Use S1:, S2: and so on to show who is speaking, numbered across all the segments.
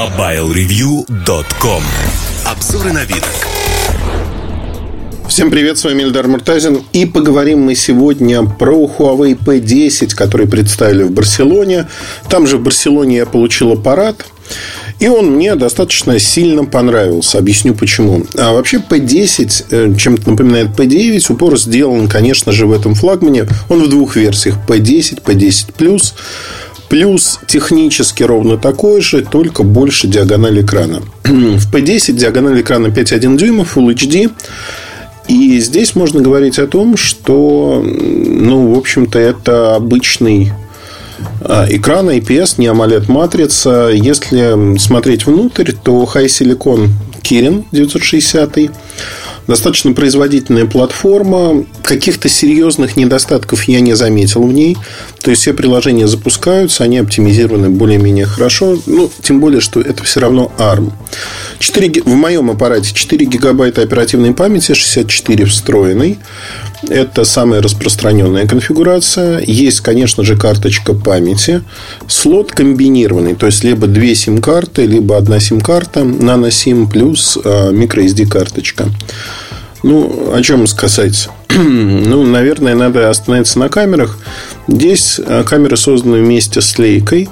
S1: MobileReview.com. Обзоры новинок.
S2: Всем привет, с вами Эльдар Муртазин. И поговорим мы сегодня про Huawei P10, который представили в Барселоне. Там же в Барселоне я получил аппарат, и он мне достаточно сильно понравился. Объясню почему. А вообще P10 чем-то напоминает P9. Упор сделан, конечно же, в этом флагмане. Он в двух версиях: P10, P10+. Плюс технически ровно такой же, только больше диагональ экрана. В P10 диагональ экрана 5,1 дюйма, Full HD. И здесь можно говорить о том, что, в общем-то, это обычный экран IPS, не AMOLED-матрица. Если смотреть внутрь, то HiSilicon Kirin 960. Достаточно производительная платформа. Каких-то серьезных недостатков я не заметил в ней. То есть все приложения запускаются, они оптимизированы более-менее хорошо. Тем более, что это все равно ARM. В моем аппарате 4 гигабайта оперативной памяти, 64 встроенной. Это самая распространенная конфигурация. Есть, конечно же, карточка памяти. Слот комбинированный. То есть либо 2 сим-карты, либо одна сим-карта, нано-сим плюс microSD карточка. О чем сказать? Наверное, надо остановиться на камерах. Здесь камеры созданы вместе с Leica.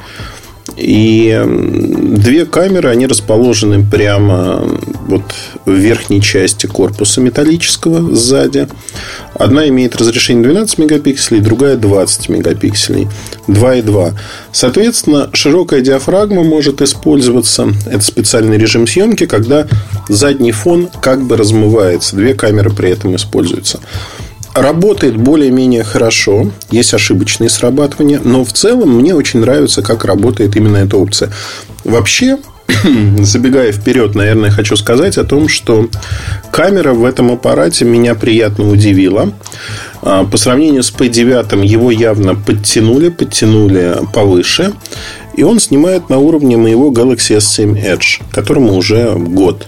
S2: И две камеры, они расположены прямо в верхней части корпуса металлического сзади. Одна имеет разрешение 12 мегапикселей, другая 20 мегапикселей. 2,2. Соответственно, широкая диафрагма может использоваться. Это специальный режим съемки, когда задний фон как бы размывается. Две камеры при этом используются. Работает более-менее хорошо. Есть ошибочные срабатывания. Но в целом мне очень нравится, как работает именно эта опция. Вообще, забегая вперед, наверное, хочу сказать о том, что камера в этом аппарате меня приятно удивила. По сравнению с P9 его явно подтянули повыше. И он снимает на уровне моего Galaxy S7 Edge, которому уже год.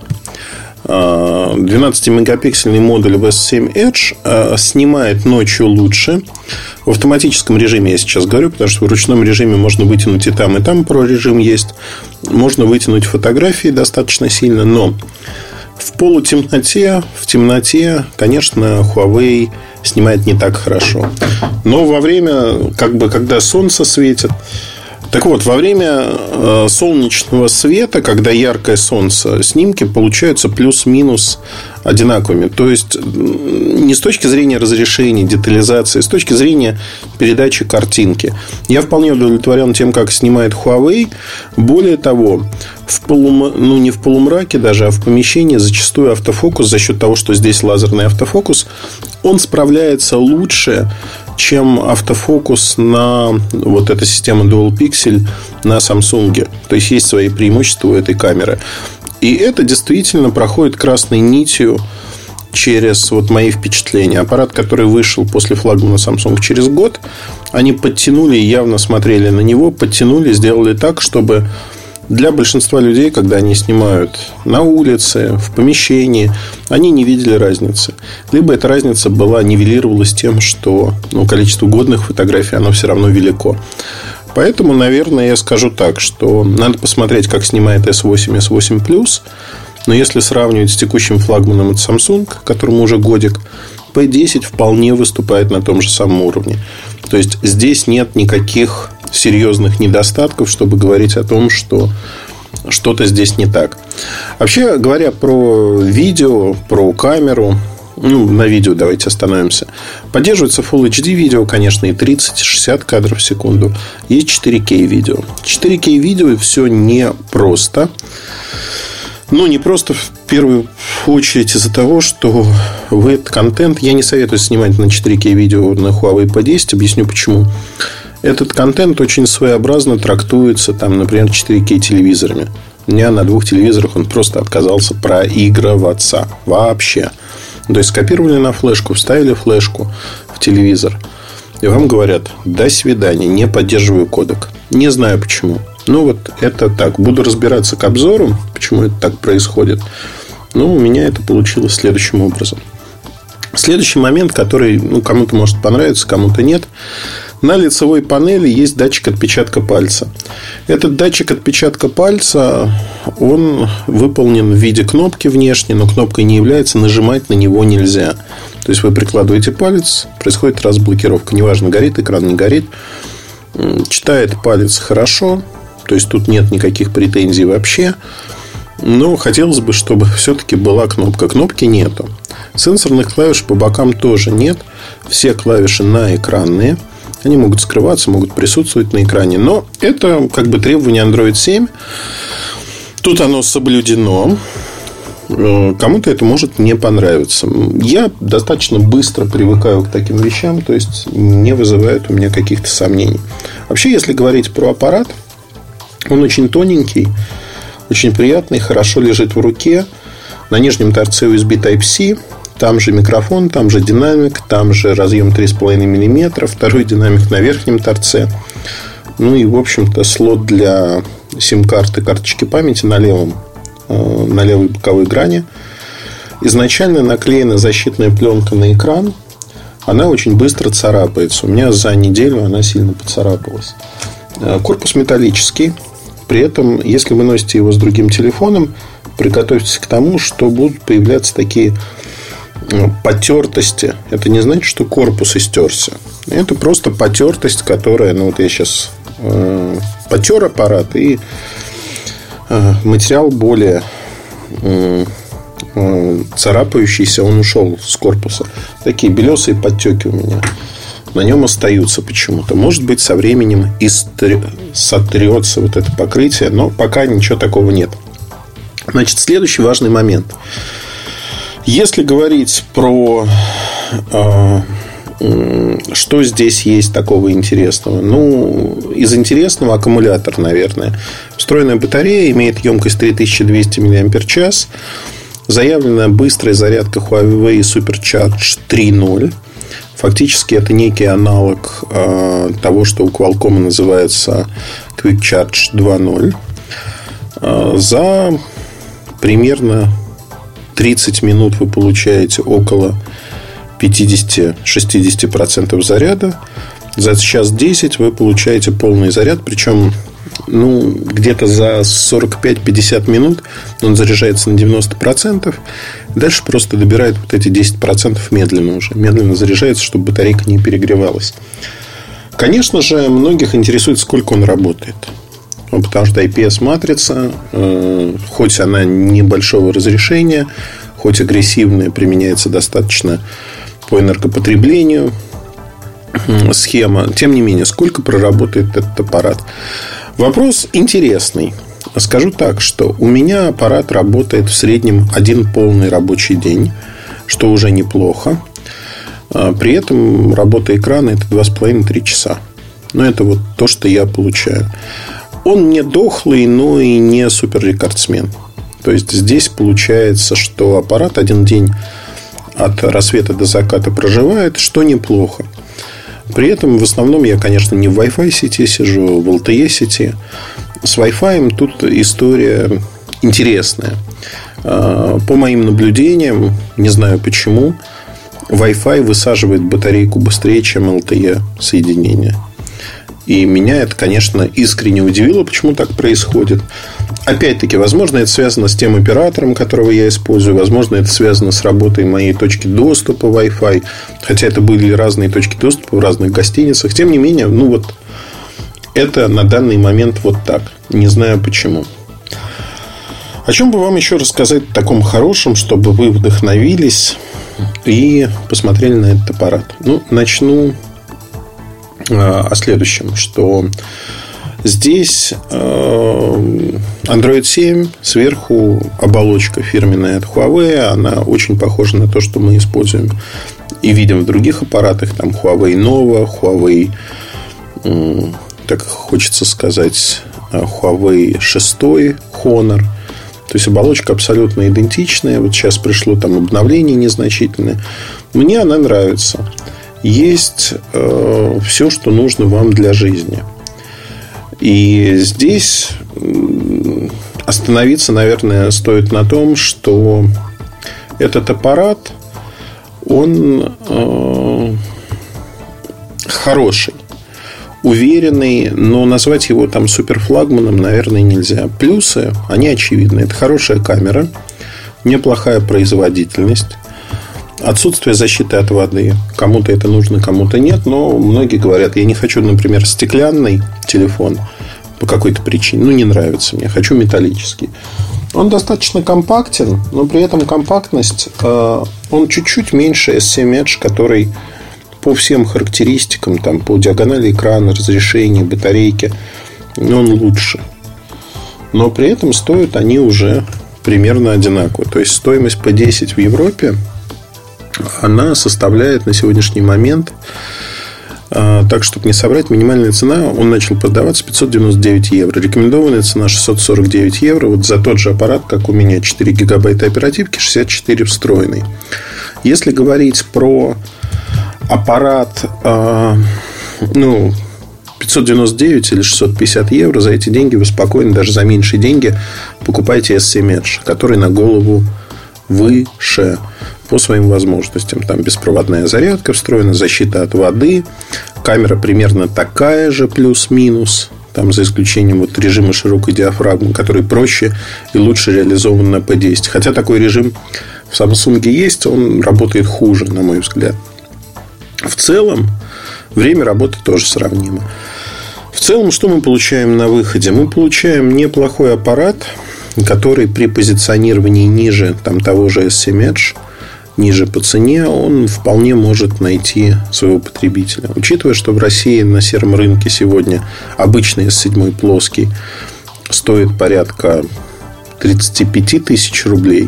S2: 12-мегапиксельный модуль в S7 Edge снимает ночью лучше. В автоматическом режиме я сейчас говорю, потому что в ручном режиме можно вытянуть и там про режим есть. Можно вытянуть фотографии достаточно сильно. Но в полутемноте, в темноте, конечно, Huawei снимает не так хорошо. Но во время, когда солнце светит. Так вот, во время солнечного света, когда яркое солнце, снимки получаются плюс-минус одинаковыми. То есть, не с точки зрения разрешения, детализации, с точки зрения передачи картинки. Я вполне удовлетворен тем, как снимает Huawei. Более того, не в полумраке даже, а в помещении зачастую автофокус, за счет того, что здесь лазерный автофокус, он справляется лучше, чем автофокус на эта система Dual Pixel на Samsung. То есть есть свои преимущества у этой камеры. И это действительно проходит красной нитью через мои впечатления. Аппарат, который вышел после флагмана Samsung через год, они подтянули и явно смотрели на него, сделали так, чтобы для большинства людей, когда они снимают на улице, в помещении, они не видели разницы. Либо эта разница нивелировалась тем, что количество годных фотографий, оно все равно велико. Поэтому, наверное, я скажу так, что надо посмотреть, как снимает S8, S8 Plus. Но если сравнивать с текущим флагманом от Samsung, которому уже годик, P10 вполне выступает на том же самом уровне. То есть здесь нет никаких серьезных недостатков, чтобы говорить о том, что что-то здесь не так. Вообще, говоря про видео, про камеру, на видео давайте остановимся. Поддерживается Full HD видео, конечно, и 30-60 кадров в секунду. Есть 4K видео. 4K видео все непросто. Не просто в первую очередь из-за того, что этот контент я не советую снимать на 4K видео на Huawei P10. Объясню почему. Этот контент очень своеобразно трактуется, например, 4К телевизорами. У меня на 2 телевизорах он просто отказался проигрываться вообще. То есть скопировали на флешку, вставили флешку в телевизор, и вам говорят: до свидания, не поддерживаю кодек. Не знаю почему. Это так. Буду разбираться к обзору, почему это так происходит. У меня это получилось следующим образом. Следующий момент, который кому-то может понравиться, кому-то нет. На лицевой панели есть датчик отпечатка пальца. Этот датчик отпечатка пальца, он выполнен в виде кнопки внешней, но кнопкой не является, нажимать на него нельзя. То есть вы прикладываете палец, происходит разблокировка. Неважно, горит экран, не горит. Читает палец хорошо. То есть тут нет никаких претензий вообще. Но хотелось бы, чтобы все-таки была кнопка. Кнопки нету. Сенсорных клавиш по бокам тоже нет. Все клавиши наэкранные. Они могут скрываться, могут присутствовать на экране. Но это как бы требование Android 7. Тут оно соблюдено. Кому-то это может не понравиться. Я достаточно быстро привыкаю к таким вещам. То есть не вызывает у меня каких-то сомнений. Вообще, если говорить про аппарат, он очень тоненький, очень приятный, хорошо лежит в руке. На нижнем торце USB Type-C. Там же микрофон, там же динамик, там же разъем 3,5 мм. Второй динамик на верхнем торце. Ну и, в общем-то, слот для сим-карты, карточки памяти на левой боковой грани. Изначально наклеена защитная пленка на экран. Она очень быстро царапается. У меня за неделю она сильно поцарапалась. Корпус металлический. При этом, если вы носите его с другим телефоном, приготовьтесь к тому, что будут появляться такие потертости. Это не значит, что корпус истерся. Это просто потертость, которая... Ну, вот я сейчас потер аппарат, и материал более царапающийся, он ушел с корпуса. Такие белесые подтеки у меня на нем остаются почему-то. Может быть, со временем сотрется вот это покрытие, но пока ничего такого нет. Значит, следующий важный момент. Если говорить про что здесь есть такого интересного? Ну, из интересного аккумулятор, наверное. Встроенная батарея имеет емкость 3200 мАч. Заявленная быстрая зарядка Huawei Supercharge 3.0. Фактически это некий аналог того, что у Qualcomm называется Quick Charge 2.0. За примерно 30 минут вы получаете около 50-60% заряда. За час 10 вы получаете полный заряд. Причем где-то за 45-50 минут он заряжается на 90%. Дальше просто добирает вот эти 10% медленно уже. Медленно заряжается, чтобы батарейка не перегревалась. Конечно же, многих интересует, сколько он работает. Потому что IPS-матрица, хоть она небольшого разрешения, хоть агрессивная, применяется достаточно по энергопотреблению схема. Тем не менее, сколько проработает этот аппарат? Вопрос интересный. Скажу так, что у меня аппарат работает в среднем один полный рабочий день, что уже неплохо. При этом работа экрана — это 2,5-3 часа. Но это вот то, что я получаю. Он не дохлый, но и не суперрекордсмен. То есть здесь получается, что аппарат один день от рассвета до заката проживает, что неплохо. При этом в основном я, конечно, не в Wi-Fi сети сижу, в LTE сети. С Wi-Fi тут история интересная. По моим наблюдениям, не знаю почему, Wi-Fi высаживает батарейку быстрее, чем LTE соединение. И меня это, конечно, искренне удивило, почему так происходит. Опять-таки, возможно, это связано с тем оператором, которого я использую. Возможно, это связано с работой моей точки доступа Wi-Fi. Хотя это были разные точки доступа в разных гостиницах. Тем не менее, это на данный момент вот так. Не знаю почему. О чем бы вам еще рассказать таком хорошем, чтобы вы вдохновились и посмотрели на этот аппарат? Начну о следующем, что здесь Android 7, сверху оболочка фирменная от Huawei. Она очень похожа на то, что мы используем и видим в других аппаратах. Там Huawei Nova, Huawei, так хочется сказать, Huawei 6 Honor. То есть оболочка абсолютно идентичная. Вот сейчас пришло там обновление незначительное. Мне она нравится. Есть все, что нужно вам для жизни. И здесь остановиться, наверное, стоит на том, что этот аппарат, он хороший. уверенный, но назвать его там суперфлагманом, наверное, нельзя. Плюсы, они очевидны. Это хорошая камера, неплохая производительность, отсутствие защиты от воды. Кому-то это нужно, кому-то нет. Но многие говорят, я не хочу, например, стеклянный телефон по какой-то причине. Не нравится мне, хочу металлический. Он достаточно компактен, но при этом компактность, он чуть-чуть меньше S7 Edge, который по всем характеристикам, там, по диагонали экрана, разрешению, батарейке, он лучше. Но при этом стоят они уже примерно одинаково. То есть стоимость P10 в Европе, она составляет на сегодняшний момент, так, чтобы не соврать, минимальная цена, он начал продаваться 599 евро. Рекомендованная цена 649 евро. Вот за тот же аппарат, как у меня, 4 гигабайта оперативки, 64 встроенный. Если говорить про аппарат, 599 или 650 евро, за эти деньги вы спокойно, даже за меньшие деньги, покупаете S7 Edge, который на голову выше по своим возможностям. Там беспроводная зарядка встроена, защита от воды, камера примерно такая же, плюс-минус. Там за исключением вот режима широкой диафрагмы, который проще и лучше реализован на P10. Хотя такой режим в Samsung есть, он работает хуже, на мой взгляд. В целом, время работы тоже сравнимо. В целом, что мы получаем на выходе? Мы получаем неплохой аппарат, который при позиционировании ниже того же S7 Edge, ниже по цене, он вполне может найти своего потребителя. Учитывая, что в России на сером рынке сегодня обычный S7 плоский стоит порядка 35 тысяч рублей,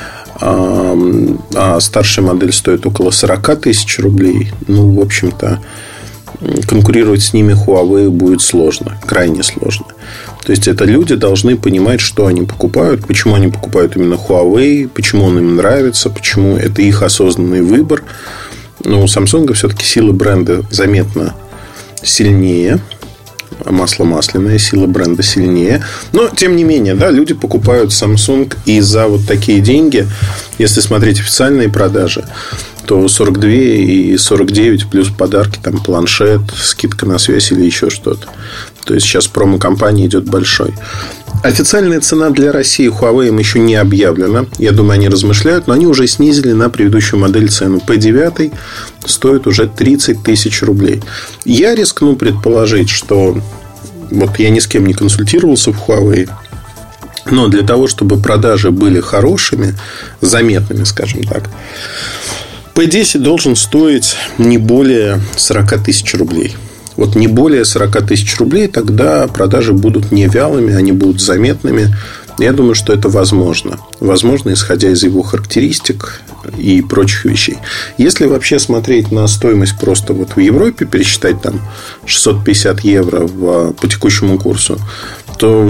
S2: а старшая модель стоит около 40 тысяч рублей, в общем-то, конкурировать с ними Huawei будет сложно, крайне сложно. То есть это люди должны понимать, что они покупают, почему они покупают именно Huawei, почему он им нравится, почему это их осознанный выбор. Но у Samsung все-таки сила бренда заметно сильнее. Масло масляное, сила бренда сильнее. Но, тем не менее, люди покупают Samsung и за вот такие деньги, если смотреть официальные продажи, то 42 и 49 плюс подарки, там планшет, скидка на связь или еще что-то. То есть сейчас промо-компания идет большой. Официальная цена для России Huawei им еще не объявлена. Я думаю, они размышляют, но они уже снизили на предыдущую модель цену. P9 стоит уже 30 тысяч рублей. Я рискну предположить, что вот я ни с кем не консультировался в Huawei, но для того, чтобы продажи были хорошими, заметными, скажем так, P10 должен стоить не более 40 тысяч рублей. Вот не более 40 тысяч рублей, тогда продажи будут не вялыми, они будут заметными. Я думаю, что это возможно. Возможно, исходя из его характеристик и прочих вещей. Если вообще смотреть на стоимость просто вот в Европе, пересчитать там 650 евро по текущему курсу, то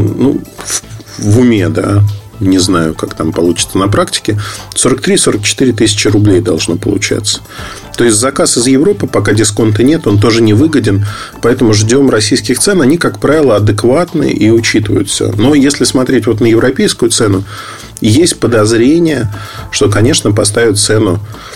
S2: в уме, не знаю, как там получится на практике, 43-44 тысячи рублей должно получаться. То есть заказ из Европы, пока дисконта нет, он тоже не выгоден. Поэтому ждем российских цен. Они, как правило, адекватны и учитывают все. Но если смотреть вот на европейскую цену, есть подозрение, что, конечно, поставят цену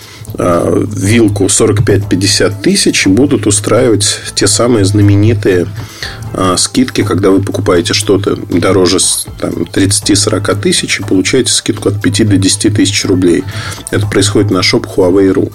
S2: вилку 45-50 тысяч и будут устраивать те самые знаменитые скидки, когда вы покупаете что-то дороже 30-40 тысяч и получаете скидку от 5 до 10 тысяч рублей. Это происходит на shop Huawei.ru.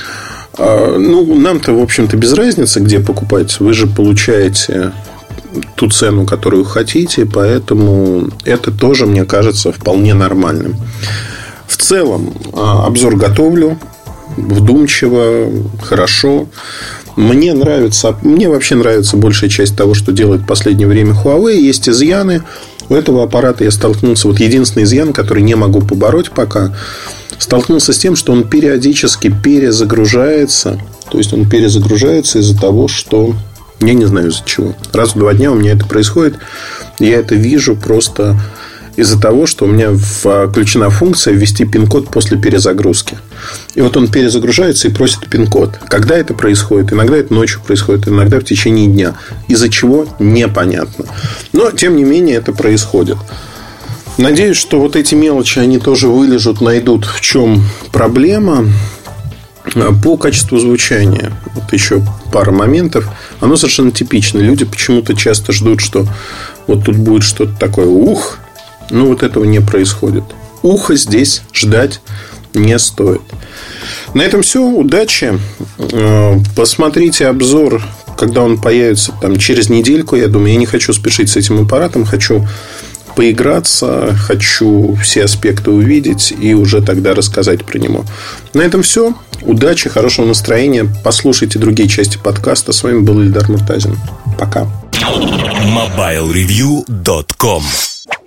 S2: Нам-то, в общем-то, без разницы, где покупать. Вы же получаете ту цену, которую хотите, поэтому это тоже, мне кажется, вполне нормальным. В целом, обзор готовлю вдумчиво, хорошо. Мне вообще нравится большая часть того, что делает в последнее время Huawei. Есть изъяны. У этого аппарата я столкнулся. Вот единственный изъян, который не могу побороть пока, столкнулся с тем, что он периодически перезагружается. То есть он перезагружается из-за того, что я не знаю из-за чего. Раз в 2 дня у меня это происходит. Я это вижу просто из-за того, что у меня включена функция ввести пин-код после перезагрузки. И вот он перезагружается и просит пин-код. Когда это происходит? Иногда это ночью происходит, иногда в течение дня. Из-за чего? Непонятно. Но, тем не менее, это происходит. Надеюсь, что вот эти мелочи они тоже вылежут, найдут, в чем проблема. По качеству звучания. Вот еще пара моментов. Оно совершенно типично. Люди почему-то часто ждут, что вот тут будет что-то такое. Но вот этого не происходит. Уха здесь ждать не стоит. На этом все. Удачи. Посмотрите обзор, когда он появится там, через недельку. Я думаю, я не хочу спешить с этим аппаратом. Хочу поиграться, хочу все аспекты увидеть и уже тогда рассказать про него. На этом все. Удачи, хорошего настроения. Послушайте другие части подкаста. С вами был Ильдар Муртазин. Пока.
S1: MobileReview.com